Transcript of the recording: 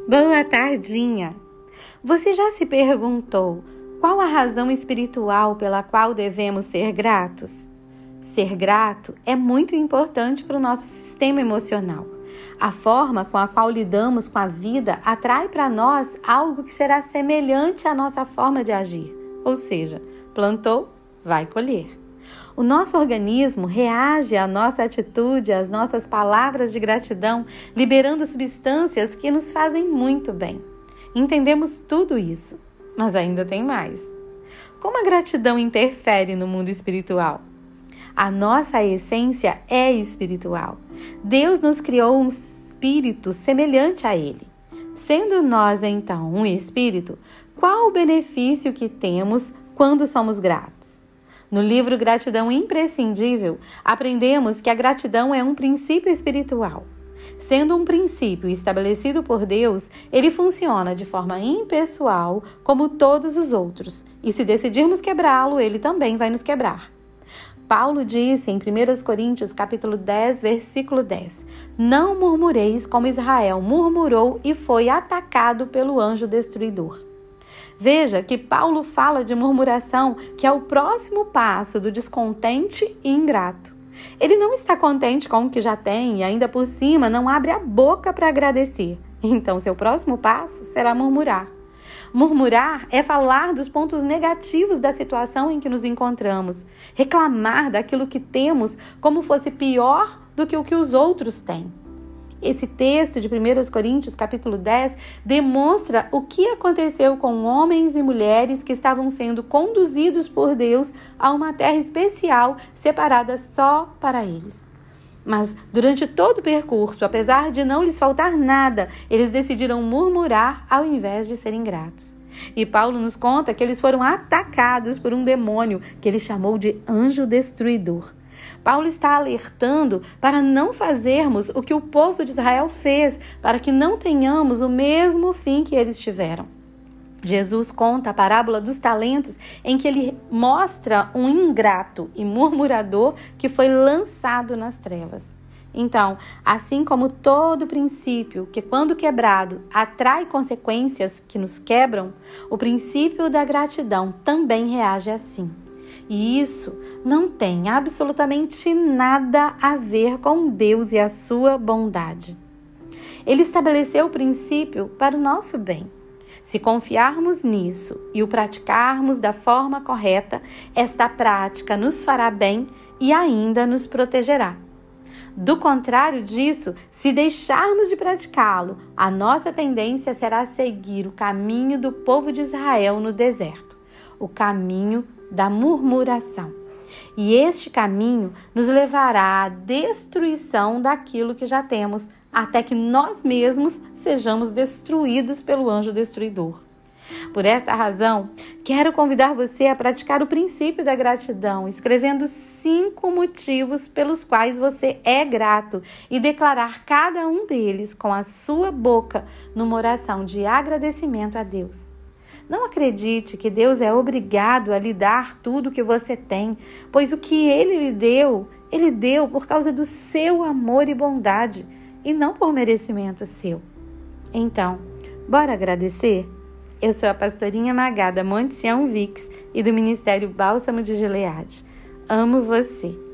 Boa tardinha! Você já se perguntou qual a razão espiritual pela qual devemos ser gratos? Ser grato é muito importante para o nosso sistema emocional. A forma com a qual lidamos com a vida atrai para nós algo que será semelhante à nossa forma de agir. Ou seja, plantou, vai colher. O nosso organismo reage à nossa atitude, às nossas palavras de gratidão, liberando substâncias que nos fazem muito bem. Entendemos tudo isso, mas ainda tem mais. Como a gratidão interfere no mundo espiritual? A nossa essência é espiritual. Deus nos criou um espírito semelhante a Ele. Sendo nós, então, um espírito, qual o benefício que temos quando somos gratos? No livro Gratidão Imprescindível, aprendemos que a gratidão é um princípio espiritual. Sendo um princípio estabelecido por Deus, ele funciona de forma impessoal como todos os outros. E se decidirmos quebrá-lo, ele também vai nos quebrar. Paulo disse em 1 Coríntios capítulo 10, versículo 10: Não murmureis como Israel murmurou e foi atacado pelo anjo destruidor. Veja que Paulo fala de murmuração, que é o próximo passo do descontente e ingrato. Ele não está contente com o que já tem e ainda por cima não abre a boca para agradecer. Então, seu próximo passo será murmurar. Murmurar é falar dos pontos negativos da situação em que nos encontramos, reclamar daquilo que temos como fosse pior do que o que os outros têm. Esse texto de 1 Coríntios, capítulo 10, demonstra o que aconteceu com homens e mulheres que estavam sendo conduzidos por Deus a uma terra especial separada só para eles. Mas durante todo o percurso, apesar de não lhes faltar nada, eles decidiram murmurar ao invés de serem gratos. E Paulo nos conta que eles foram atacados por um demônio que ele chamou de anjo destruidor. Paulo está alertando para não fazermos o que o povo de Israel fez, para que não tenhamos o mesmo fim que eles tiveram. Jesus conta a parábola dos talentos, em que ele mostra um ingrato e murmurador que foi lançado nas trevas. Então, assim como todo princípio que, quando quebrado, atrai consequências que nos quebram, o princípio da gratidão também reage assim. E isso não tem absolutamente nada a ver com Deus e a sua bondade. Ele estabeleceu o princípio para o nosso bem. Se confiarmos nisso e o praticarmos da forma correta, esta prática nos fará bem e ainda nos protegerá. Do contrário disso, se deixarmos de praticá-lo, a nossa tendência será seguir o caminho do povo de Israel no deserto, o caminho da murmuração. E este caminho nos levará à destruição daquilo que já temos, até que nós mesmos sejamos destruídos pelo anjo destruidor. Por essa razão, quero convidar você a praticar o princípio da gratidão, escrevendo 5 motivos pelos quais você é grato e declarar cada um deles com a sua boca numa oração de agradecimento a Deus. Não acredite que Deus é obrigado a lhe dar tudo o que você tem, pois o que Ele deu por causa do seu amor e bondade, e não por merecimento seu. Então, bora agradecer? Eu sou a pastorinha Magada Monte Sião Vix e do Ministério Bálsamo de Gileade. Amo você.